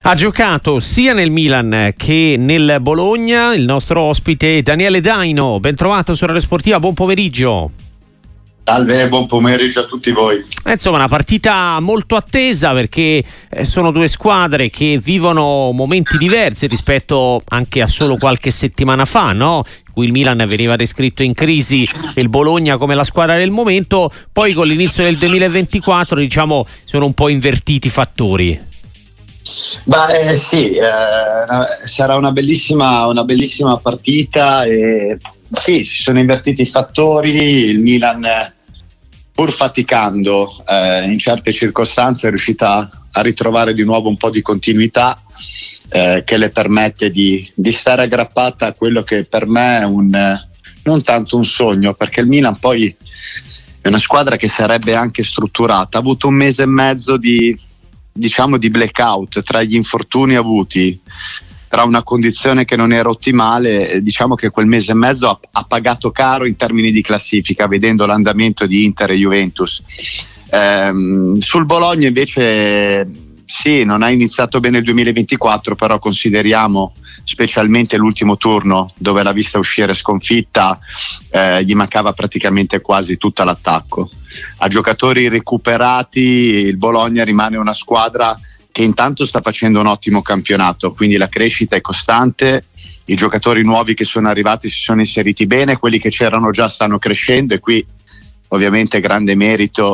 Ha giocato sia nel Milan che nel Bologna il nostro ospite Daniele Daino. Ben trovato su Radio Sportiva, buon pomeriggio. Salve, buon pomeriggio a tutti voi. Insomma, una partita molto attesa perché sono due squadre che vivono momenti diversi rispetto anche a solo qualche settimana fa, no? In cui il Milan veniva descritto in crisi e il Bologna come la squadra del momento. Poi con l'inizio del 2024, diciamo, sono un po' invertiti i fattori. Sarà una bellissima partita e sì, si sono invertiti i fattori. Il Milan, pur faticando in certe circostanze, è riuscita a ritrovare di nuovo un po' di continuità che le permette di stare aggrappata a quello che per me è non tanto un sogno, perché il Milan poi è una squadra che sarebbe anche strutturata. Ha avuto un mese e mezzo di blackout tra gli infortuni avuti, tra una condizione che non era ottimale. Diciamo che quel mese e mezzo ha pagato caro in termini di classifica, vedendo l'andamento di Inter e Juventus. Sul Bologna invece sì, non ha iniziato bene il 2024, però consideriamo specialmente l'ultimo turno, dove l'ha vista uscire sconfitta, gli mancava praticamente quasi tutto l'attacco. A giocatori recuperati il Bologna rimane una squadra che intanto sta facendo un ottimo campionato, quindi la crescita è costante, i giocatori nuovi che sono arrivati si sono inseriti bene, quelli che c'erano già stanno crescendo, e qui ovviamente grande merito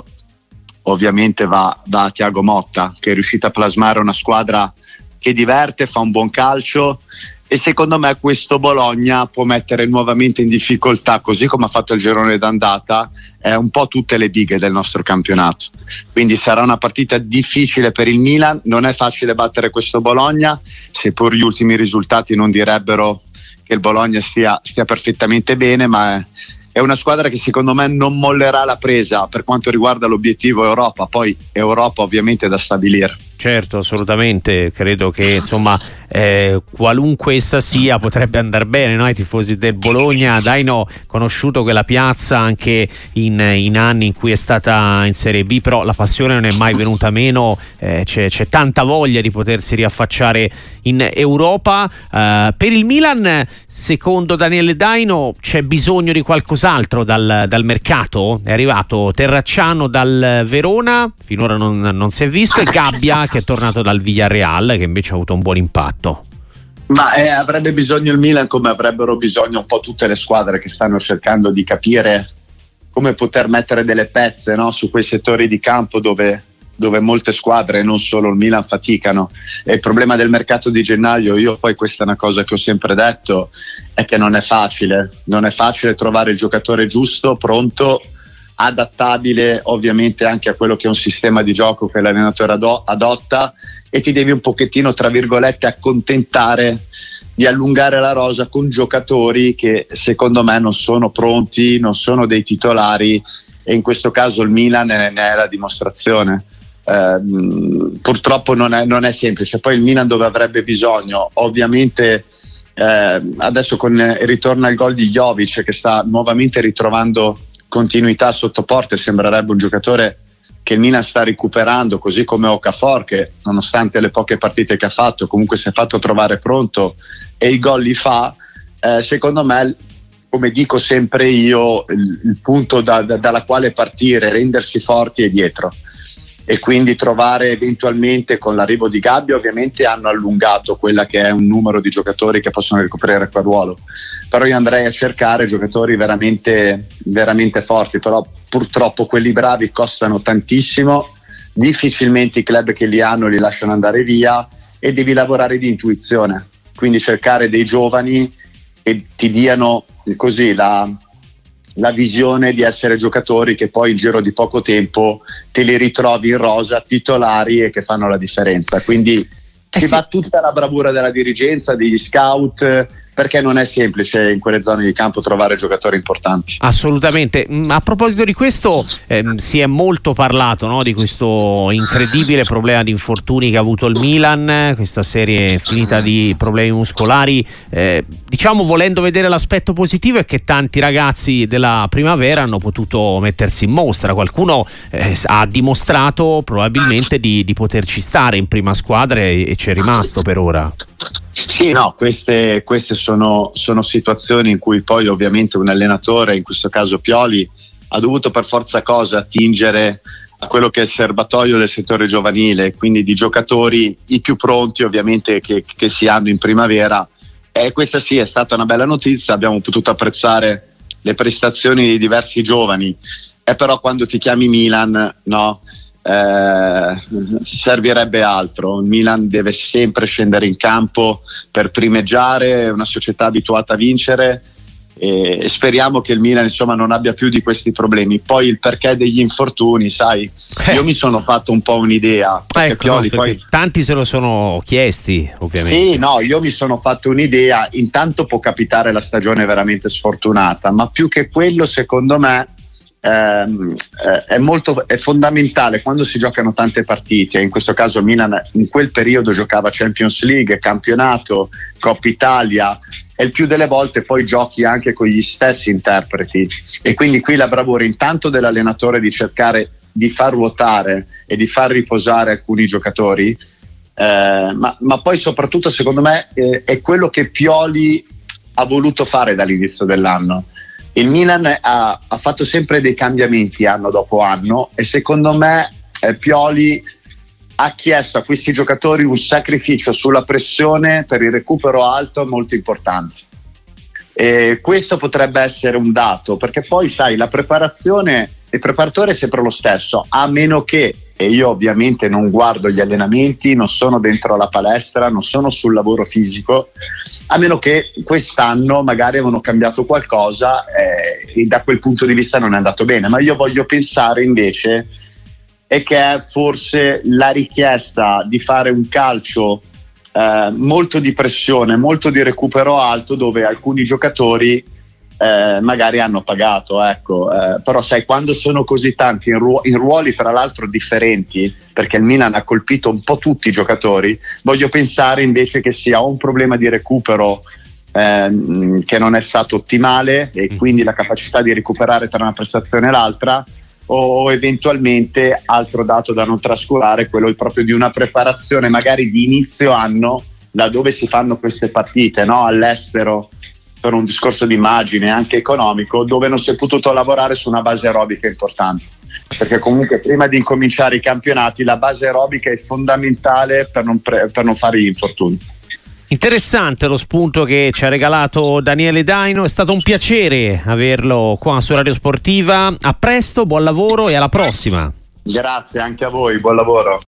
va a Thiago Motta, che è riuscito a plasmare una squadra che diverte, fa un buon calcio, e secondo me questo Bologna può mettere nuovamente in difficoltà, così come ha fatto il girone d'andata, un po' tutte le bighe del nostro campionato. Quindi sarà una partita difficile per il Milan, non è facile battere questo Bologna, seppur gli ultimi risultati non direbbero che il Bologna stia perfettamente bene, ma è una squadra che secondo me non mollerà la presa per quanto riguarda l'obiettivo Europa, poi Europa ovviamente è da stabilire. Certo, assolutamente, credo che insomma qualunque essa sia potrebbe andare bene, no? Ai tifosi del Bologna. Daino, conosciuto quella piazza anche in anni in cui è stata in Serie B, però la passione non è mai venuta meno, c'è tanta voglia di potersi riaffacciare in Europa. Per il Milan, secondo Daniele Daino, c'è bisogno di qualcos'altro dal mercato? È arrivato Terracciano dal Verona, finora non si è visto, e Gabbia che è tornato dal Villarreal, che invece ha avuto un buon impatto. Ma avrebbe bisogno il Milan, come avrebbero bisogno un po' tutte le squadre che stanno cercando di capire come poter mettere delle pezze, no? Su quei settori di campo dove molte squadre, non solo il Milan, faticano. E il problema del mercato di gennaio, io poi questa è una cosa che ho sempre detto, è che non è facile trovare il giocatore giusto, pronto, adattabile ovviamente anche a quello che è un sistema di gioco che l'allenatore adotta, e ti devi un pochettino, tra virgolette, accontentare di allungare la rosa con giocatori che secondo me non sono pronti, non sono dei titolari, e in questo caso il Milan ne è la dimostrazione. Purtroppo non è semplice. Poi il Milan, dove avrebbe bisogno ovviamente adesso con il ritorno al gol di Jovic, che sta nuovamente ritrovando continuità sotto porte, sembrerebbe un giocatore che il Milan sta recuperando, così come Okafor, che nonostante le poche partite che ha fatto comunque si è fatto trovare pronto e i gol li fa. Secondo me, come dico sempre io, il punto dalla quale partire, rendersi forti è dietro, e quindi trovare eventualmente, con l'arrivo di Gabbia ovviamente hanno allungato quella che è un numero di giocatori che possono ricoprire quel ruolo, però io andrei a cercare giocatori veramente, veramente forti. Però purtroppo quelli bravi costano tantissimo, difficilmente i club che li hanno li lasciano andare via, e devi lavorare di intuizione, quindi cercare dei giovani che ti diano così la visione di essere giocatori che poi in giro di poco tempo te li ritrovi in rosa titolari e che fanno la differenza. Quindi ci va tutta la bravura della dirigenza, degli scout, perché non è semplice in quelle zone di campo trovare giocatori importanti. Assolutamente. A proposito di questo, si è molto parlato, no, di questo incredibile problema di infortuni che ha avuto il Milan, questa serie finita di problemi muscolari. Diciamo, volendo vedere l'aspetto positivo, è che tanti ragazzi della primavera hanno potuto mettersi in mostra. Qualcuno ha dimostrato probabilmente di poterci stare in prima squadra e c'è rimasto per ora. Sì, no, queste sono situazioni in cui poi ovviamente un allenatore, in questo caso Pioli, ha dovuto per forza cosa attingere a quello che è il serbatoio del settore giovanile, quindi di giocatori i più pronti ovviamente che si hanno in primavera. E questa sì è stata una bella notizia, abbiamo potuto apprezzare le prestazioni di diversi giovani, e però quando ti chiami Milan, no? Servirebbe altro. Il Milan deve sempre scendere in campo per primeggiare, è una società abituata a vincere, e speriamo che il Milan insomma non abbia più di questi problemi. Poi il perché degli infortuni, sai, io mi sono fatto un po' un'idea, perché Pioli poi tanti se lo sono chiesti, ovviamente. Sì, no, io mi sono fatto un'idea. Intanto può capitare la stagione veramente sfortunata, ma più che quello secondo me è fondamentale quando si giocano tante partite. In questo caso il Milan in quel periodo giocava Champions League, campionato, Coppa Italia, e il più delle volte poi giochi anche con gli stessi interpreti, e quindi qui la bravura intanto dell'allenatore di cercare di far ruotare e di far riposare alcuni giocatori, ma poi soprattutto secondo me è quello che Pioli ha voluto fare dall'inizio dell'anno. Il Milan ha fatto sempre dei cambiamenti anno dopo anno, e secondo me Pioli ha chiesto a questi giocatori un sacrificio sulla pressione per il recupero alto molto importante. E questo potrebbe essere un dato, perché poi sai, la preparazione, il preparatore è sempre lo stesso, a meno che, e io ovviamente non guardo gli allenamenti, non sono dentro la palestra, non sono sul lavoro fisico, a meno che quest'anno magari avevano cambiato qualcosa e da quel punto di vista non è andato bene. Ma io voglio pensare invece è che è forse la richiesta di fare un calcio molto di pressione, molto di recupero alto, dove alcuni giocatori magari hanno pagato, ecco. Però sai, quando sono così tanti in ruoli tra l'altro differenti, perché il Milan ha colpito un po' tutti i giocatori, voglio pensare invece che sia un problema di recupero che non è stato ottimale, e quindi la capacità di recuperare tra una prestazione e l'altra, o eventualmente, altro dato da non trascurare, quello proprio di una preparazione magari di inizio anno, laddove si fanno queste partite, no? All'estero, per un discorso di immagine anche economico, dove non si è potuto lavorare su una base aerobica importante, perché comunque prima di incominciare i campionati la base aerobica è fondamentale per non fare gli infortuni. Interessante lo spunto che ci ha regalato Daniele Daino, è stato un piacere averlo qua su Radio Sportiva. A presto, buon lavoro e alla prossima. Grazie anche a voi, buon lavoro.